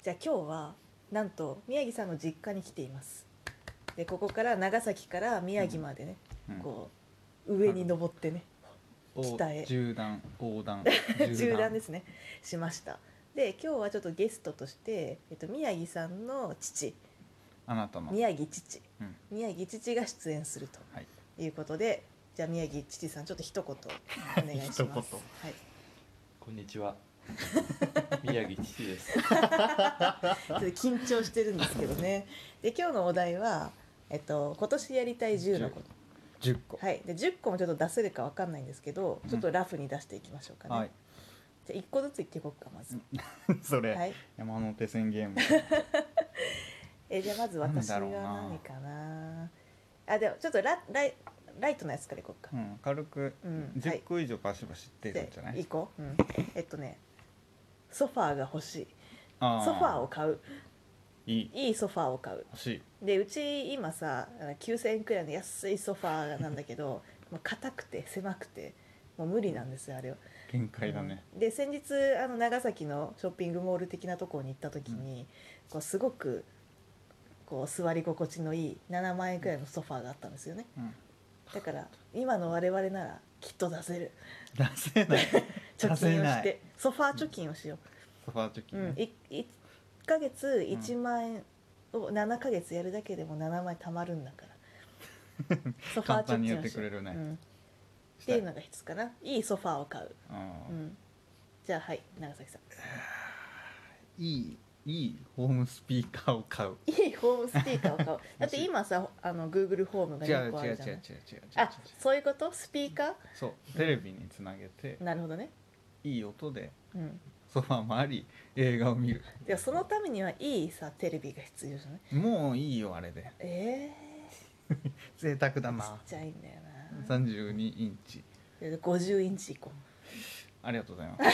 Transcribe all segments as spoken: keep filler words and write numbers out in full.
じゃあ今日はなんと宮城さんの実家に来ています。でここから長崎から宮城までね、 うんうん、 こう上に登ってね、北へ縦断横断縦断ですねしました。で今日はちょっとゲストとして、えっと、宮城さんの父、 あなたの宮城父、 うん、 宮城父が出演するということで、はい、じゃあ宮城父さんちょっと一言お願いします。 一言、はい、 こんにちは宮城父ですちょっと緊張してるんですけどね。で今日のお題は、えっと、今年やりたいじゅうのことじゅっこ、 はい、でじゅっこもちょっと出せるか分かんないんですけど、ちょっとラフに出していきましょうかね、 うん、はい、 じゃあいっこずついっていこうかまずそれ、はい、山手線ゲームえじゃあまず私が何かなあ、でもちょっとラライライトなやつからいこうか、 うん、軽くじゅっこ以上バシバシってるんじゃない、はい、 いこう、うん、えっとねソファーが欲しい、 あソファーを買う、 いいいいソファーを買う。 欲しい。 でうち今さきゅうせんえんくらいの安いソファーなんだけどもう硬くて狭くてもう無理なんですよあれは。 限界だね、 うん、で先日あの長崎のショッピングモール的なところに行った時に、うん、こうすごくこう座り心地のいいななまんえんくらいのソファーがあったんですよね、うん、だから今の我々ならきっと出せる。 出せない貯金をしてソファー貯金をしよう、 ソファー貯金、ね、 うん、いいっかげついちまんえんをななかげつやるだけでもななまんえん貯まるんだからソファー貯金をしよう、ね、うん、っていうのが必須かな。いいソファーを買う、うん、じゃあはい長崎さん。 いいいいホームスピーカーを買う。 いいホームスピーカーを買うだって今さあの Google ホームがよくあるじゃない。あ、そういうこと？スピーカー？ そう、テレビにつなげて、 うん、なるほどね。 いい音で、 うん、 ソファーもあり映画を見る。 いやそのためにはいいさテレビが必要じゃない。 もういいよあれで。 ええー、贅沢だな。 ちっちゃいんだよな。 さんじゅうにインチ。 ごじゅうインチいこう。 ありがとうございます。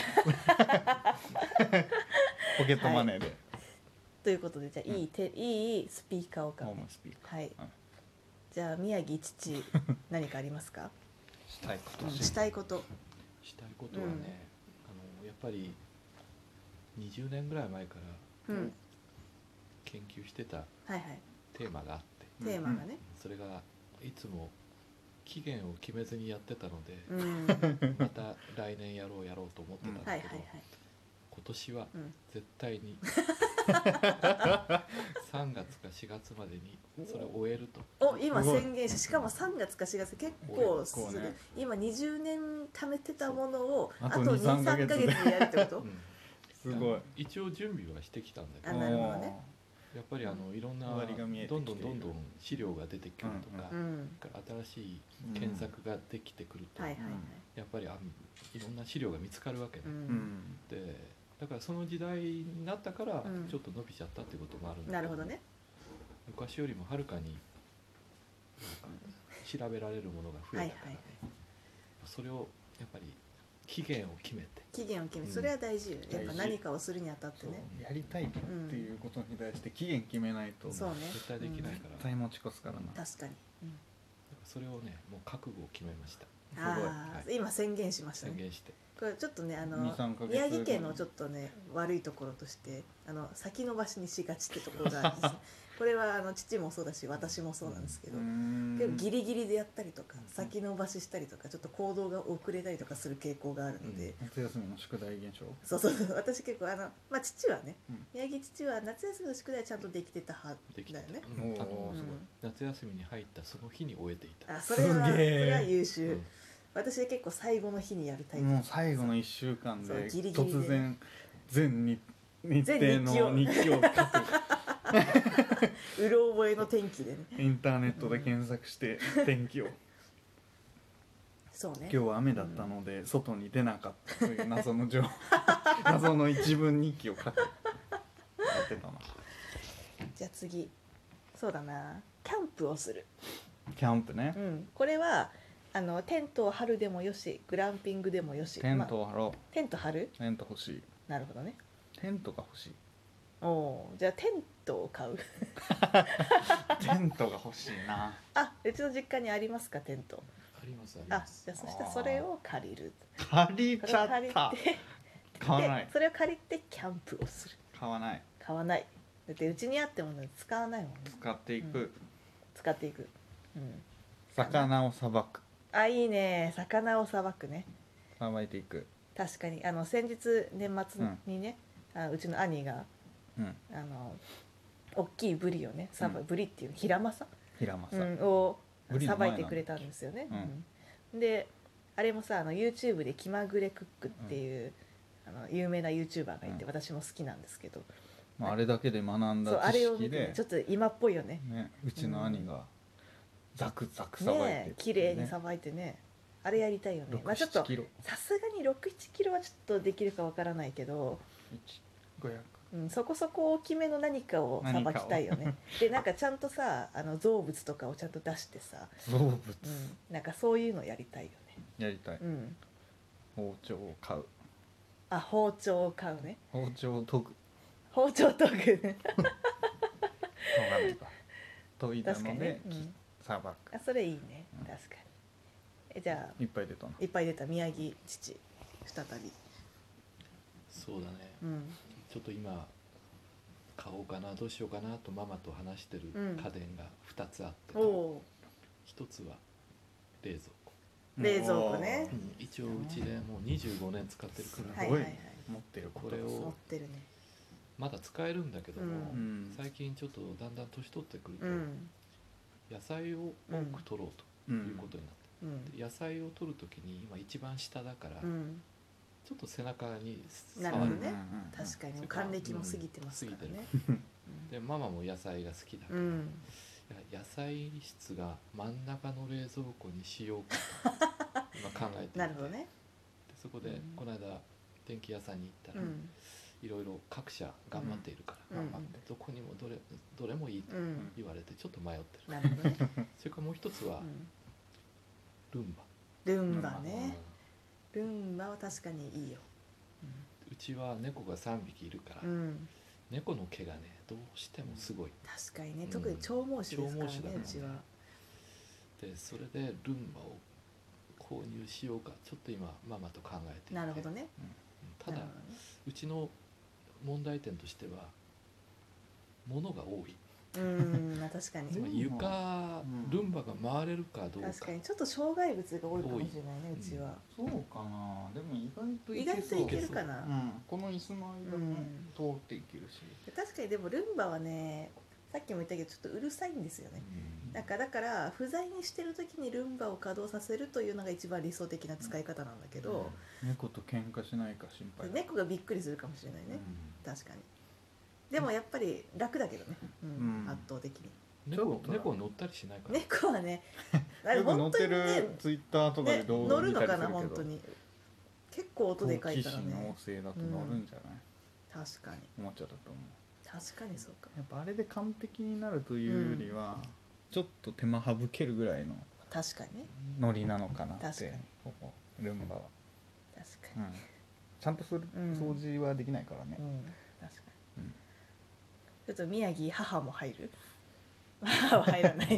ポケットマネーで。はい、 ということでじゃあいいテ、うん、いいスピーカーを買う、ね。 ホームスピーカー。 はい。うん、じゃあ宮城父何かありますか？ したいこと、 うん、したいこと。 したいことはね、うん、あのやっぱりにじゅうねんぐらい前から研究してたテーマがあって、 うんはいはい、テーマがね、 それがいつも期限を決めずにやってたので、 うん、 また来年やろうやろうと思ってたんだけど、今年は絶対にさんがつかしがつまでにそれを終えると。 お今宣言して、しかもさんがつかしがつ結構すぐ、ね、今にじゅうねん貯めてたものをあと にさんかげつでやるってこと、うん、 すごい。 一応準備はしてきたんだけど、 あなるほどね、 やっぱりあのいろんなどんどんどんどん資料が出てくるとか、うんうん、新しい検索ができてくると、うん、やっぱりあいろんな資料が見つかるわけね、うん、でだからその時代になったからちょっと伸びちゃったっていうこともあるんだけど、 なるほどね、 昔よりもはるかになんか調べられるものが増えたからね、はいはい、それをやっぱり期限を決めて期限を決めて、それは大事よ、うん、やっぱ何かをするにあたってね、 やりたいっていうことに対して期限決めないと、 そうね、 絶対できないから、 絶対持ち越すからな、 確かに、うん、 それをねもう覚悟を決めました。 すごい、はい、今宣言しましたね。 宣言してこれちょっとねあの宮城県のちょっとね悪いところとしてあの先延ばしにしがちってところがあるんですねこれはあの父もそうだし私もそうなんですけど、結構ギリギリでやったりとか先延ばししたりとかちょっと行動が遅れたりとかする傾向があるので、 うん、夏休みの宿題現象。 そうそうそう、私結構あのまあ父はね、うん、宮城父は夏休みの宿題ちゃんとできてた派だよね。 うん、あの、うん、夏休みに入ったその日に終えていた。 あ、それはそれは優秀。うん、私は結構最後の日にやるタイプ。 もう最後のいっしゅうかんでギリギリで突然全日日程の日記を書くうろ覚えの天気でね、 インターネットで検索して天気を、うん、 そうね、 今日は雨だったので、うん、外に出なかったという謎の情謎の一文日記を書くやってたな。 じゃあ次、そうだな、キャンプをする。 キャンプね、 うん、これはあのテントを張るでもよし、グランピングでもよし。 テントを張ろう、まテント張る？ テント欲しい。 なるほどね。 テントが欲しい。 おお、じゃあテントを買うテントが欲しいな。 あ、うちの実家にありますか、テント。 ありますあります。 あ、じゃあそしたらそれを借りる。 借りちゃった。買わない。 それを借りてキャンプをする。 買わない。 買買わない。だってうちにあっても使わないもんね。 使っていく、うん、 使っていく、うん、 魚をさばく。 あ、いいね、魚をさばくね。 さばいていく。 確かにあの先日年末にね、うん、あうちの兄が、うん、あの大きいブリをねさば、うん、ブリっていうヒラマサヒラマサ、 うん、をさばいてくれたんですよね、うん、であれもさあの YouTube で気まぐれクックっていう、うん、あの有名な YouTuber がいて、うん、私も好きなんですけど、 まあ、あれだけで学んだ知識で、 あれを見て、ね、ちょっと今っぽいよね。 ね、うちの兄がザクザクさばいて、 ね、綺麗にさばいてね、あれやりたいよね。まあちょっとさすがにろく、ななキロはちょっとできるかわからないけど、ごひゃく、うん、そこそこ大きめの何かをさばきたいよね。でなんかちゃんとさあの造物とかをちゃんと出してさ、 造物、うん、 なんかそういうのやりたいよね。 やりたい、うん、包丁を買う。 あ、包丁を買うね。 包丁を研ぐ。 包丁研ぐね。 研いだのでさばく。 あ、それいいね、うん、確かに。え、じゃあいっぱい出たないっぱい出た宮城父再び。 そうだね、 うん、 ちょっと今買おうかなどうしようかなとママと話してる家電がふたつあって、うん、ひとつは冷蔵庫。 冷蔵庫ね、 うん、一応うちでもうにじゅうごねん使ってるから、 すごい持ってる。 これを持ってるね。 まだ使えるんだけども、 うん、 最近ちょっとだんだん年取ってくると、うん、野菜を多く取ろうということになって、うん、野菜を取るときに今一番下だから、うん、ちょっと背中に触る。 なるほどね、確かに還暦も過ぎてますからね、 うん、でママも野菜が好きだから、うん、野菜室が真ん中の冷蔵庫にしようかと今考えていてなるほどね。 でそこでこの間電気屋さんに行ったら、うん、いろいろ各社頑張っているから、うん、どこにもどれどれもいいと言われてちょっと迷ってる、 なるほどね、 それからもう一つは、うん、ルンバ。 ルンバね、うん、ルンバは確かにいいよ、 うん、うちは猫がさんびきいるから、うん、猫の毛がねどうしてもすごい。 確かにね、特に長毛種ですからね、うちは。 でそれでルンバを購入しようかちょっと今ママと考えていて。 なるほどね、 うん、ただ、ね、うちの問題点としては物が多い。 うん、確かに床、うん、ルンバが回れるかどうか。 確かにちょっと障害物が多いかもしれないね、うちは。 そうかな、でも意外といけそう。意外といけるかな、 うん、この椅子の間も通っていけるし、 うん、確かに。でもルンバはね、さっきも言ったけどちょっとうるさいんですよね、うん、だからだから不在にしてる時にルンバを稼働させるというのが一番理想的な使い方なんだけど、 うん、猫と喧嘩しないか心配だ。 猫がびっくりするかもしれないね、うん、確かに。でもやっぱり楽だけどね、うんうん、圧倒的に。 猫、猫乗ったりしないから。 猫はね、 あれ乗ってるツイッターとかで動画見たりするけど、ね、乗るのかな本当に。 結構音でかいからね。 好奇心旺盛だと乗るんじゃない？ うん、確かに。 おもちゃだと思う。 確かにそうか。 やっぱあれで完璧になるというよりは、うん、ちょっと手間省けるぐらいの確かにね。 ノリなのかなって。 確かに。 ここルンバは。 確かに、 うん。ちゃんとする、うん、掃除はできないからね。 うん、確かに。うん、ちょっと宮城母も入る。母は入らない。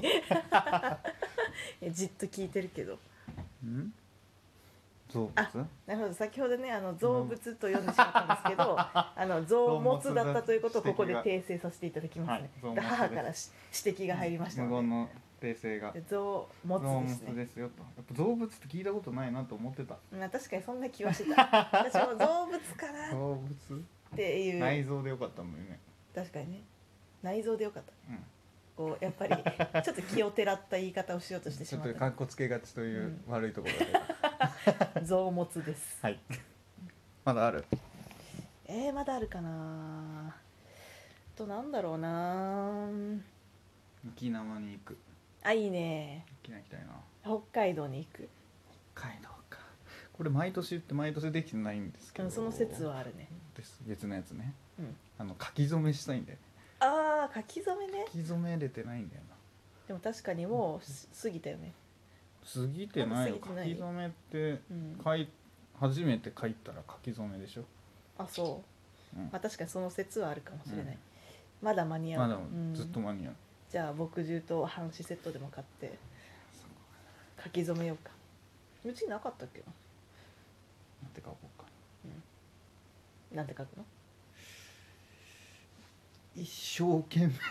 じっと聞いてるけど。 うん造物？ あ、なるほど。先ほどね、あの造物と読んでしまったんですけど、あの造物だったということをここで訂正させていただきますね。はい、母から指摘が入りましたので。 無言の訂正が。 造物ですね。 造物ですよと。やっぱ造物って聞いたことないなと思ってた。 まあ確かにそんな気はしてた。私も造物かな。 造物っていう。 内臓でよかったもんね。 確かにね。内臓でよかった。うん。こうやっぱりちょっと気をてらった言い方をしようとしてしまった。 ちょっとかっこつけがちという悪いところで。造物です。 はい。まだある？ えー、まだあるかな。となんだろうな。 沖縄に行く。 あ、いいね。 沖縄行きたいな。 北海道に行く。 北海道か。これ毎年言って毎年できてないんですけど。 その説はあるね。 です。別のやつね。 うん。 あの書き初めしたいんで。 ああ、書き初めね。 書き初めれてないんだよな。 でも確かにもう過ぎたよね。 過ぎてないよ。書き初めって書い、うん、初めて書いたら書き初めでしょ。 あ、そう、うん、まあ確かにその説はあるかもしれない、うん、まだ間に合う。 まだずっと間に合う、うん、 じゃあ牧汁と半紙セットでも買って書き初めようか。うちなかったっけな。 なんて書こうか、 うん、なんて書くの？ 一生懸命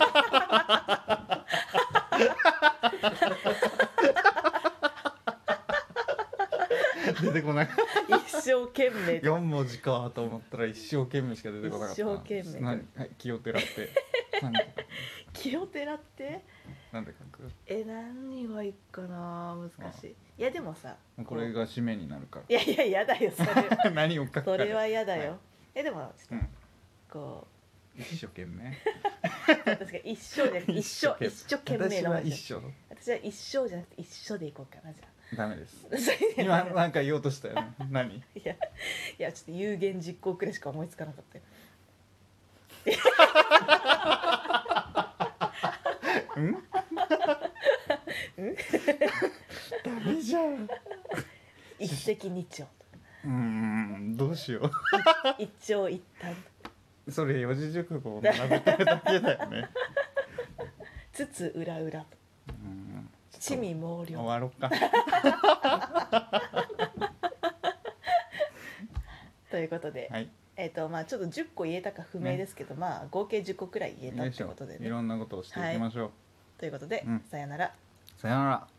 出てこない一生懸命よん文字かと思ったら一生懸命しか出てこなかった一生懸命何、はい、気をてらって何で気をてらってなんで書くえ何がいいかな難しいいやでもさこれが締めになるからいやいややだよそれ何を書くかそれはやだよ、 はい、 えでもちょっと、 うん、 こう一生懸命確か一生じゃなくて一生一生懸命の私は一生私は一生じゃなくて一緒でいこうかなじゃあダメです今なんか言おうとしたよね何いやいやちょっと有言実行くらいしか思いつかなかったようんうんダメじゃん一石二鳥うーんどうしよう一長一短それ四字熟語を並べてるだけだよねつつ裏裏と地味猛量終わろうかということで、 はい、 えっ、ー、とまあちょっとじゅっこ言えたか不明ですけど、ね、まあ合計じゅっこくらい言えたってことでねいろんなことをしていきましょう、はい、 ということで、 うん、 さよならさよなら。